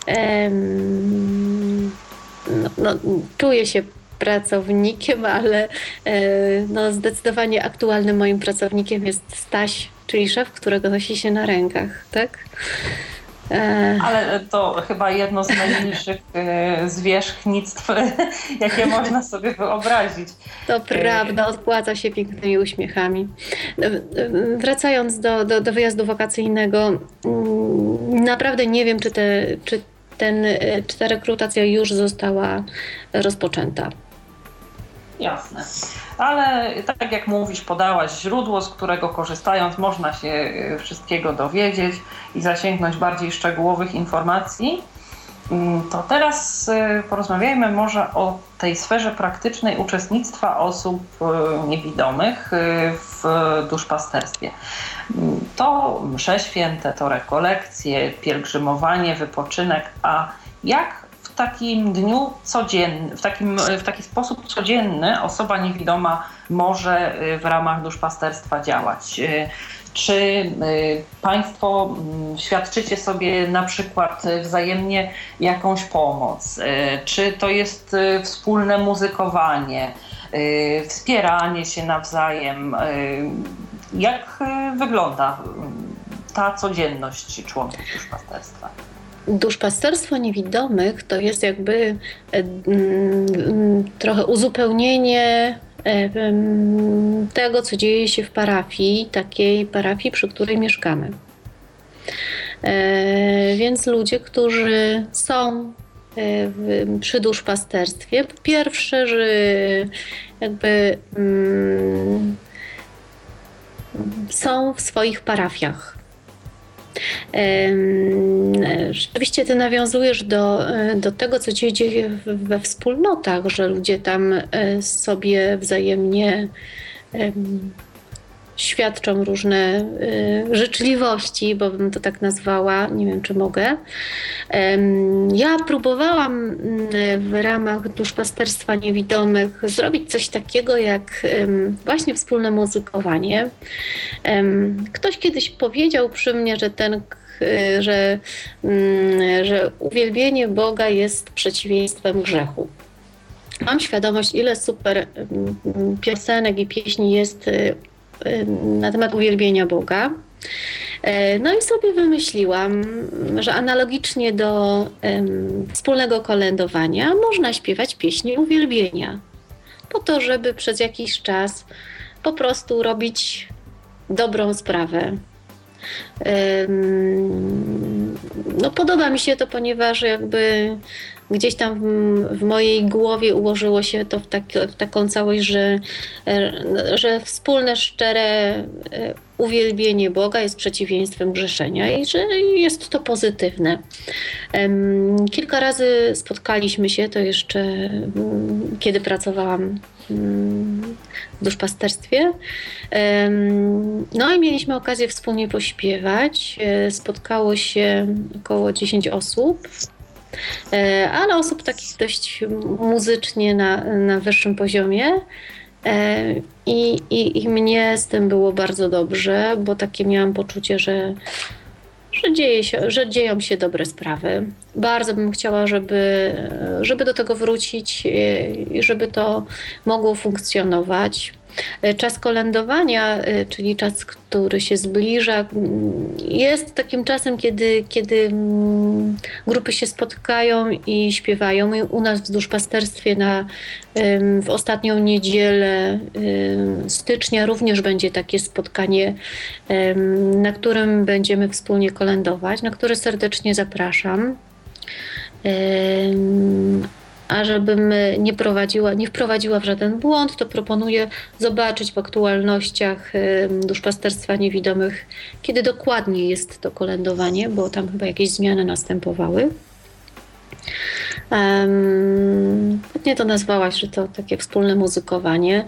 czuję się pracownikiem, ale zdecydowanie aktualnym moim pracownikiem jest Staś, czyli szef, którego nosi się na rękach, tak? Ale to chyba jedno z najmilszych zwierzchnictw, jakie można sobie wyobrazić. To prawda, odpłaca się pięknymi uśmiechami. Wracając do wyjazdu wakacyjnego, naprawdę nie wiem, czy ta rekrutacja już została rozpoczęta. Jasne. Ale tak jak mówisz, podałaś źródło, z którego korzystając można się wszystkiego dowiedzieć i zasięgnąć bardziej szczegółowych informacji. To teraz porozmawiajmy może o tej sferze praktycznej uczestnictwa osób niewidomych w duszpasterstwie. To msze święte, to rekolekcje, pielgrzymowanie, wypoczynek, a jak w takim dniu codziennym, w taki sposób codzienny osoba niewidoma może w ramach duszpasterstwa działać? Czy Państwo świadczycie sobie na przykład wzajemnie jakąś pomoc? Czy to jest wspólne muzykowanie, wspieranie się nawzajem? Jak wygląda ta codzienność członków duszpasterstwa? Duszpasterstwo niewidomych to jest jakby trochę uzupełnienie tego, co dzieje się w parafii, takiej parafii, przy której mieszkamy. Więc ludzie, którzy są przy duszpasterstwie, po pierwsze, że jakby są w swoich parafiach. Rzeczywiście ty nawiązujesz do tego, co się dzieje we wspólnotach, że ludzie tam sobie wzajemnie świadczą różne życzliwości, bo bym to tak nazwała, nie wiem, czy mogę. Ja próbowałam w ramach duszpasterstwa niewidomych zrobić coś takiego jak właśnie wspólne muzykowanie. Ktoś kiedyś powiedział przy mnie, że uwielbienie Boga jest przeciwieństwem grzechu. Mam świadomość, ile super piosenek i pieśni jest na temat uwielbienia Boga. No i sobie wymyśliłam, że analogicznie do wspólnego kolędowania można śpiewać pieśni uwielbienia. Po to, żeby przez jakiś czas po prostu robić dobrą sprawę. No, podoba mi się to, ponieważ jakby gdzieś tam w mojej głowie ułożyło się to w taką całość, że wspólne, szczere uwielbienie Boga jest przeciwieństwem grzeszenia i że jest to pozytywne. Kilka razy spotkaliśmy się, to jeszcze kiedy pracowałam w duszpasterstwie. No i mieliśmy okazję wspólnie pośpiewać. Spotkało się około 10 osób, ale osób takich dość muzycznie na wyższym poziomie. I mnie z tym było bardzo dobrze, bo takie miałam poczucie, że dzieją się dobre sprawy. Bardzo bym chciała, żeby do tego wrócić i żeby to mogło funkcjonować. Czas kolędowania, czyli czas, który się zbliża, jest takim czasem, kiedy grupy się spotkają i śpiewają. I u nas w duszpasterstwie w ostatnią niedzielę stycznia również będzie takie spotkanie, na którym będziemy wspólnie kolędować, na które serdecznie zapraszam. A żebym nie wprowadziła w żaden błąd, to proponuję zobaczyć w aktualnościach Duszpasterstwa Niewidomych, kiedy dokładnie jest to kolędowanie, bo tam chyba jakieś zmiany następowały. Ładnie to nazwałaś, że to takie wspólne muzykowanie.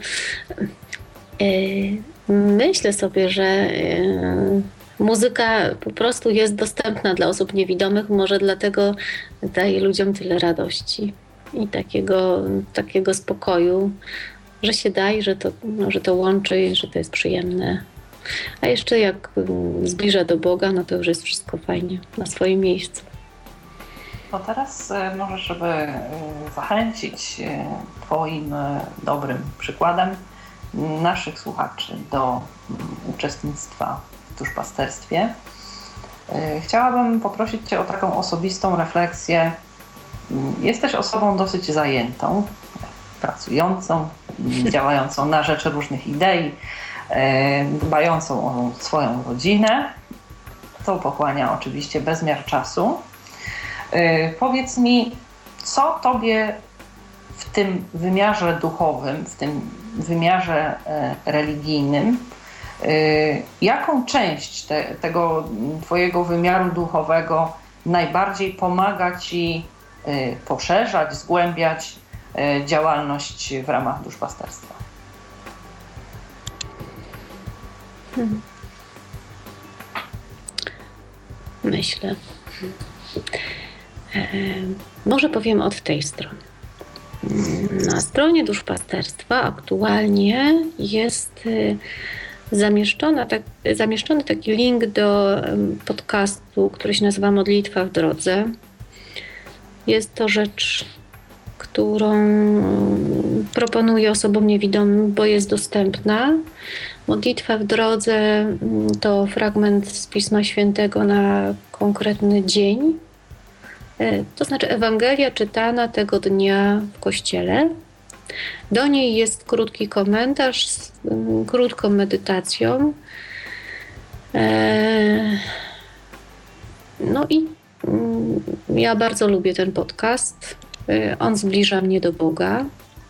Myślę sobie, że muzyka po prostu jest dostępna dla osób niewidomych, może dlatego daje ludziom tyle radości i takiego spokoju, że się da i że to łączy i że to jest przyjemne. A jeszcze jak zbliża do Boga, no to już jest wszystko fajnie na swoim miejscu. No teraz może, żeby zachęcić Twoim dobrym przykładem naszych słuchaczy do uczestnictwa w duszpasterstwie, chciałabym poprosić Cię o taką osobistą refleksję. Jesteś osobą dosyć zajętą, pracującą, działającą na rzecz różnych idei, dbającą o swoją rodzinę. To pochłania oczywiście bezmiar czasu. Powiedz mi, co Tobie w tym wymiarze duchowym, w tym wymiarze religijnym, jaką część tego Twojego wymiaru duchowego najbardziej pomaga Ci poszerzać, zgłębiać działalność w ramach duszpasterstwa? Myślę. Może powiem od tej strony. Na stronie duszpasterstwa aktualnie jest zamieszczony taki link do podcastu, który się nazywa Modlitwa w drodze. Jest to rzecz, którą proponuję osobom niewidomym, bo jest dostępna. Modlitwa w drodze to fragment z Pisma Świętego na konkretny dzień. To znaczy Ewangelia czytana tego dnia w kościele. Do niej jest krótki komentarz z krótką medytacją. No i ja bardzo lubię ten podcast. On zbliża mnie do Boga.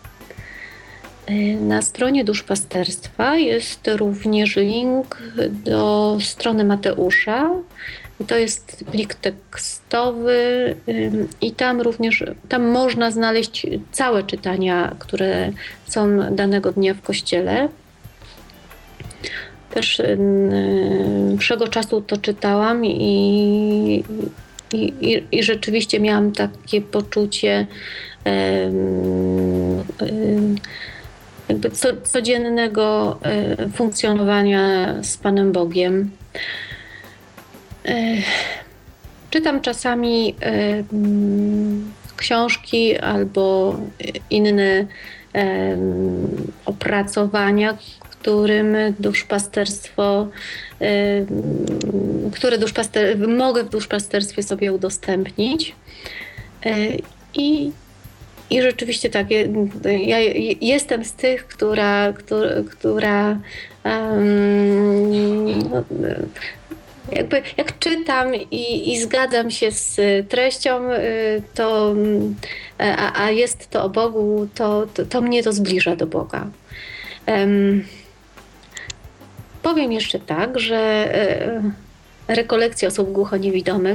Na stronie duszpasterstwa jest również link do strony Mateusza. To jest plik tekstowy i tam można znaleźć całe czytania, które są danego dnia w kościele. Też wszego czasu to czytałam i rzeczywiście miałam takie poczucie jakby codziennego funkcjonowania z Panem Bogiem. Czytam czasami książki albo inne opracowania, które mogę w duszpasterstwie sobie udostępnić. I rzeczywiście tak, ja jestem z tych, która jakby jak czytam i zgadzam się z treścią, a jest to o Bogu, to mnie to zbliża do Boga. Powiem jeszcze tak, że rekolekcje osób głuchoniewidomych,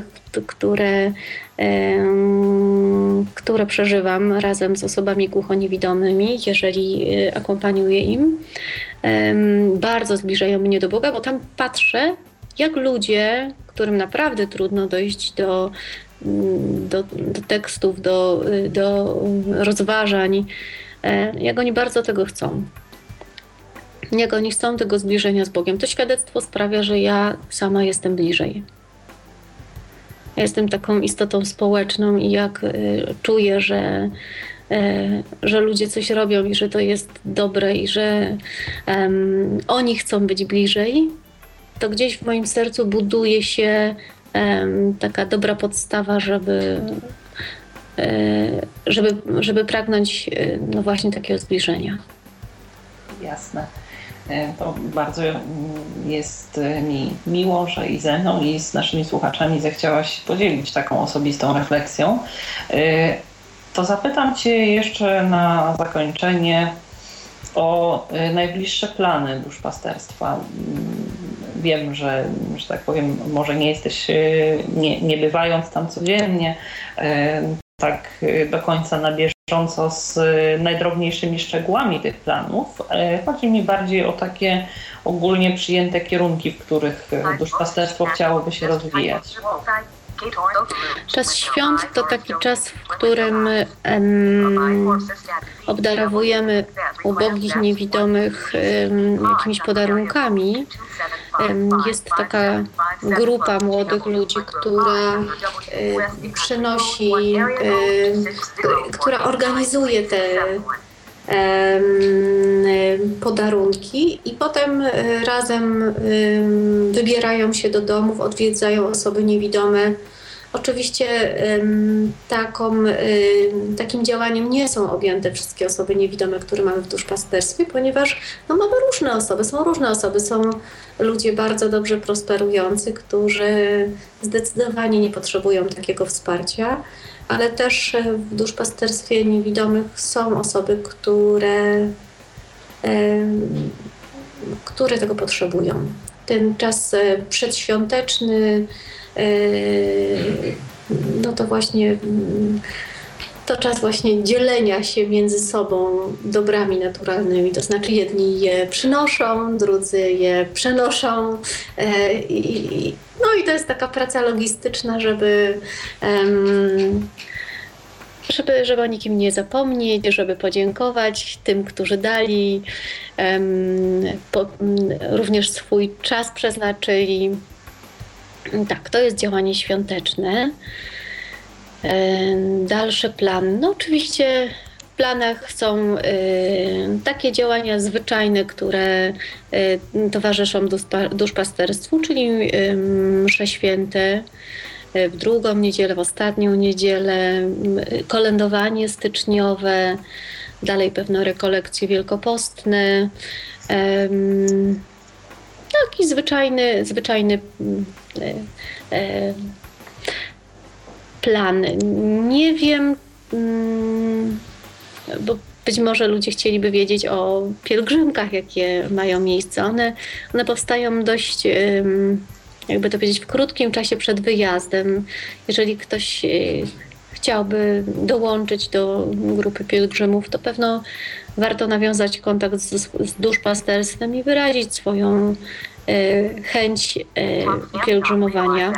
które przeżywam razem z osobami głuchoniewidomymi, jeżeli akompaniuję im, bardzo zbliżają mnie do Boga, bo tam patrzę, jak ludzie, którym naprawdę trudno dojść do tekstów, do rozważań, jak oni bardzo tego chcą. Jak oni chcą tego zbliżenia z Bogiem. To świadectwo sprawia, że ja sama jestem bliżej. Ja jestem taką istotą społeczną i jak czuję, że że ludzie coś robią i że to jest dobre i że oni chcą być bliżej, to gdzieś w moim sercu buduje się taka dobra podstawa, żeby pragnąć no właśnie takiego zbliżenia. Jasne. To bardzo jest mi miło, że i ze mną, i z naszymi słuchaczami zechciałaś podzielić taką osobistą refleksją. To zapytam Cię jeszcze na zakończenie o najbliższe plany duszpasterstwa. Wiem, że tak powiem, może nie jesteś, nie bywając tam codziennie, tak do końca na bieżąco z najdrobniejszymi szczegółami tych planów. Chodzi mi bardziej o takie ogólnie przyjęte kierunki, w których duszpasterstwo chciałoby się rozwijać. Czas świąt to taki czas, w którym obdarowujemy ubogich, niewidomych jakimiś podarunkami. Jest taka grupa młodych ludzi, która przynosi, która organizuje te podarunki i potem razem wybierają się do domów, odwiedzają osoby niewidome. Oczywiście takim działaniem nie są objęte wszystkie osoby niewidome, które mamy w duszpasterstwie, ponieważ no, mamy różne osoby. Są ludzie bardzo dobrze prosperujący, którzy zdecydowanie nie potrzebują takiego wsparcia, ale też w duszpasterstwie niewidomych są osoby, które tego potrzebują. Ten czas przedświąteczny, no to właśnie to czas właśnie dzielenia się między sobą dobrami naturalnymi, to znaczy jedni je przynoszą, drudzy je przenoszą no i to jest taka praca logistyczna, żeby o nikim nie zapomnieć, żeby podziękować tym, którzy dali, również swój czas przeznaczyli. Tak, to jest działanie świąteczne. Dalszy plan. No oczywiście w planach są takie działania zwyczajne, które towarzyszą duszpasterstwu, czyli msze święte w drugą niedzielę, w ostatnią niedzielę, kolędowanie styczniowe, dalej pewno rekolekcje wielkopostne. Taki zwyczajny plan. Nie wiem, bo być może ludzie chcieliby wiedzieć o pielgrzymkach, jakie mają miejsce. One powstają dość, jakby to powiedzieć, w krótkim czasie przed wyjazdem. Jeżeli ktoś chciałby dołączyć do grupy pielgrzymów, to pewno warto nawiązać kontakt z duszpasterstwem i wyrazić swoją chęć pielgrzymowania.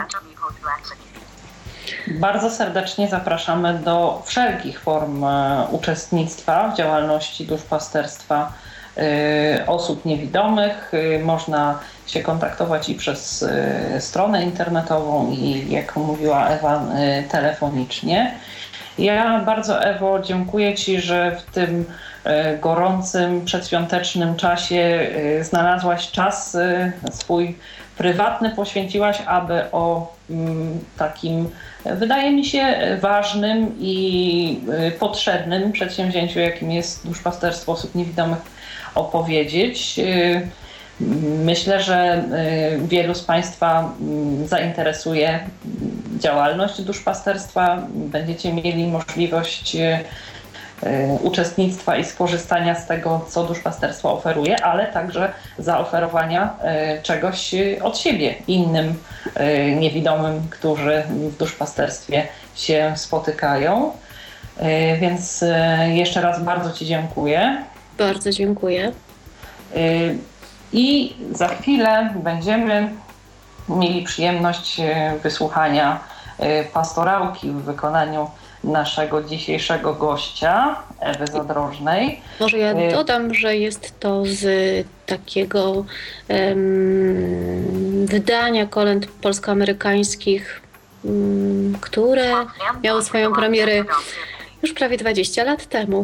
Bardzo serdecznie zapraszamy do wszelkich form uczestnictwa w działalności duszpasterstwa osób niewidomych. Można się kontaktować i przez stronę internetową i, jak mówiła Ewa, telefonicznie. Ja bardzo, Ewo, dziękuję Ci, że w tym gorącym, przedświątecznym czasie znalazłaś czas swój prywatny, poświęciłaś, aby o takim, wydaje mi się, ważnym i potrzebnym przedsięwzięciu, jakim jest duszpasterstwo osób niewidomych, opowiedzieć. Myślę, że wielu z Państwa zainteresuje działalność duszpasterstwa. Będziecie mieli możliwość uczestnictwa i skorzystania z tego, co duszpasterstwo oferuje, ale także zaoferowania czegoś od siebie innym niewidomym, którzy w duszpasterstwie się spotykają. Więc jeszcze raz bardzo Ci dziękuję. Bardzo dziękuję. I za chwilę będziemy mieli przyjemność wysłuchania pastorałki w wykonaniu naszego dzisiejszego gościa, Ewy Zadrożnej. Może ja dodam, że jest to z takiego wydania kolęd polsko-amerykańskich, które miało swoją premierę już prawie 20 lat temu.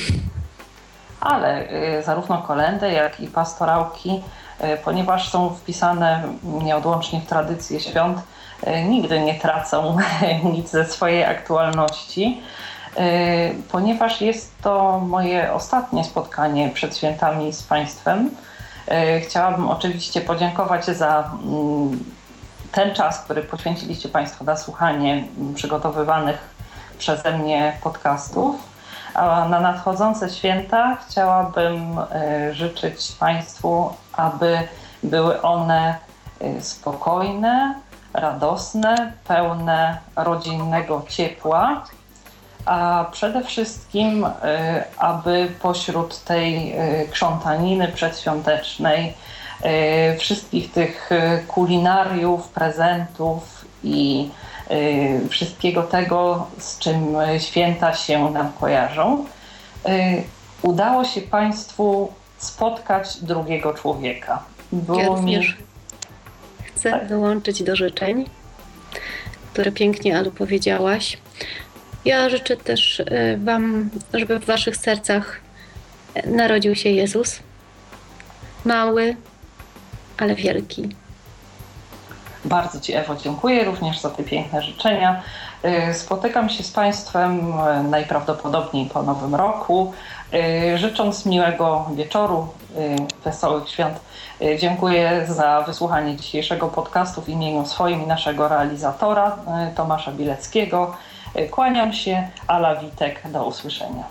Ale zarówno kolędy, jak i pastorałki, ponieważ są wpisane nieodłącznie w tradycję świąt, nigdy nie tracą nic ze swojej aktualności, ponieważ jest to moje ostatnie spotkanie przed świętami z Państwem. Chciałabym oczywiście podziękować za ten czas, który poświęciliście Państwo na słuchanie przygotowywanych przeze mnie podcastów. A na nadchodzące święta chciałabym życzyć Państwu, aby były one spokojne, radosne, pełne rodzinnego ciepła, a przede wszystkim, aby pośród tej krzątaniny przedświątecznej, wszystkich tych kulinariów, prezentów i wszystkiego tego, z czym święta się nam kojarzą, udało się Państwu spotkać drugiego człowieka. Ja również chcę dołączyć do życzeń, które pięknie, Alu, powiedziałaś. Ja życzę też Wam, żeby w Waszych sercach narodził się Jezus. Mały, ale wielki. Bardzo Ci, Ewo, dziękuję również za te piękne życzenia. Spotykam się z Państwem najprawdopodobniej po Nowym Roku, życząc miłego wieczoru, wesołych świąt. Dziękuję za wysłuchanie dzisiejszego podcastu w imieniu swoim i naszego realizatora Tomasza Bileckiego. Kłaniam się, Ala Witek, do usłyszenia.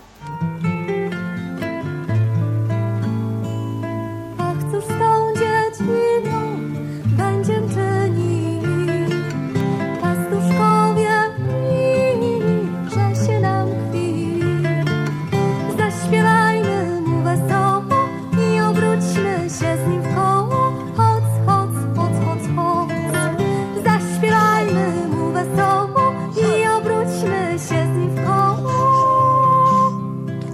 Ach, cóż z tą dzieciną będziem czynili, pastuszkowie mili, że się nam kwili. Zaśpiewajmy mu wesoło i obróćmy się z nim w koło. Hoc, hoc, hoc, hoc, hoc. Zaśpiewajmy mu wesoło i obróćmy się z nim w koło.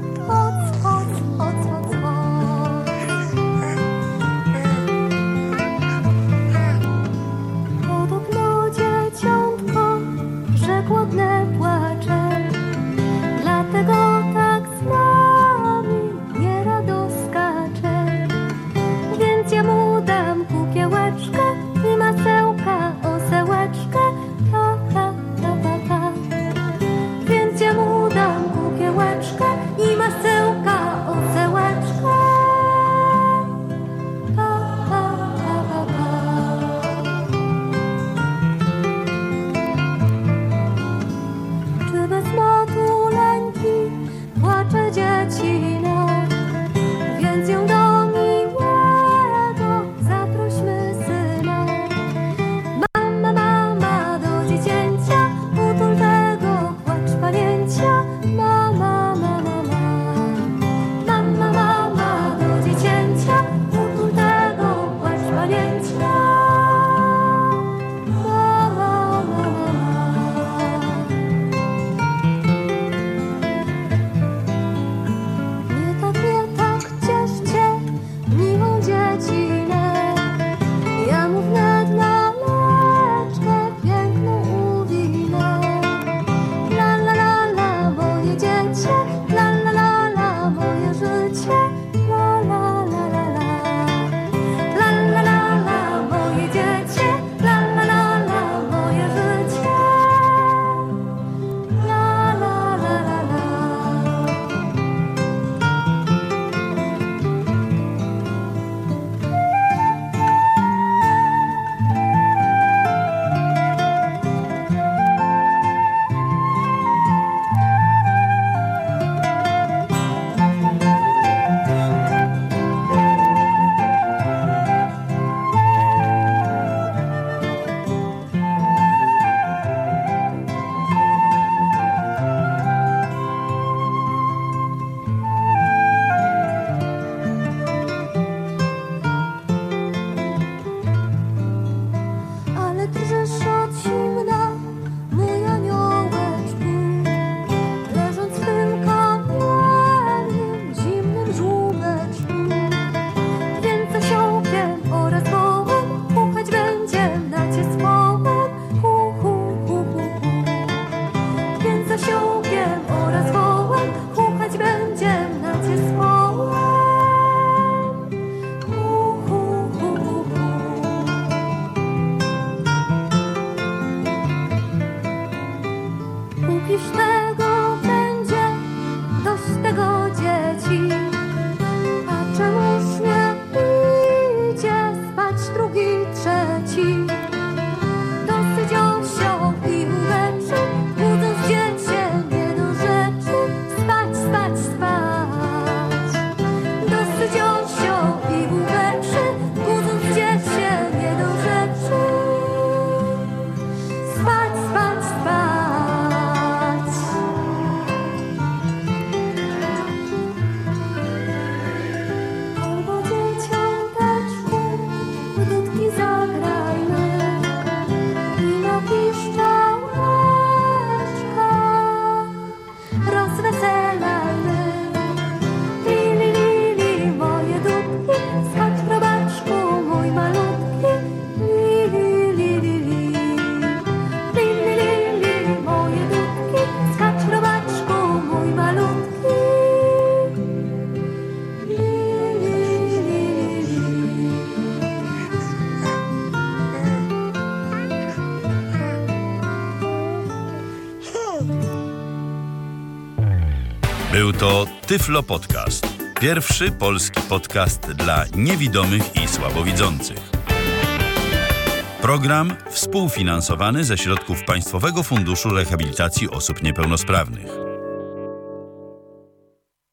Był to Tyflo Podcast. Pierwszy polski podcast dla niewidomych i słabowidzących. Program współfinansowany ze środków Państwowego Funduszu Rehabilitacji Osób Niepełnosprawnych.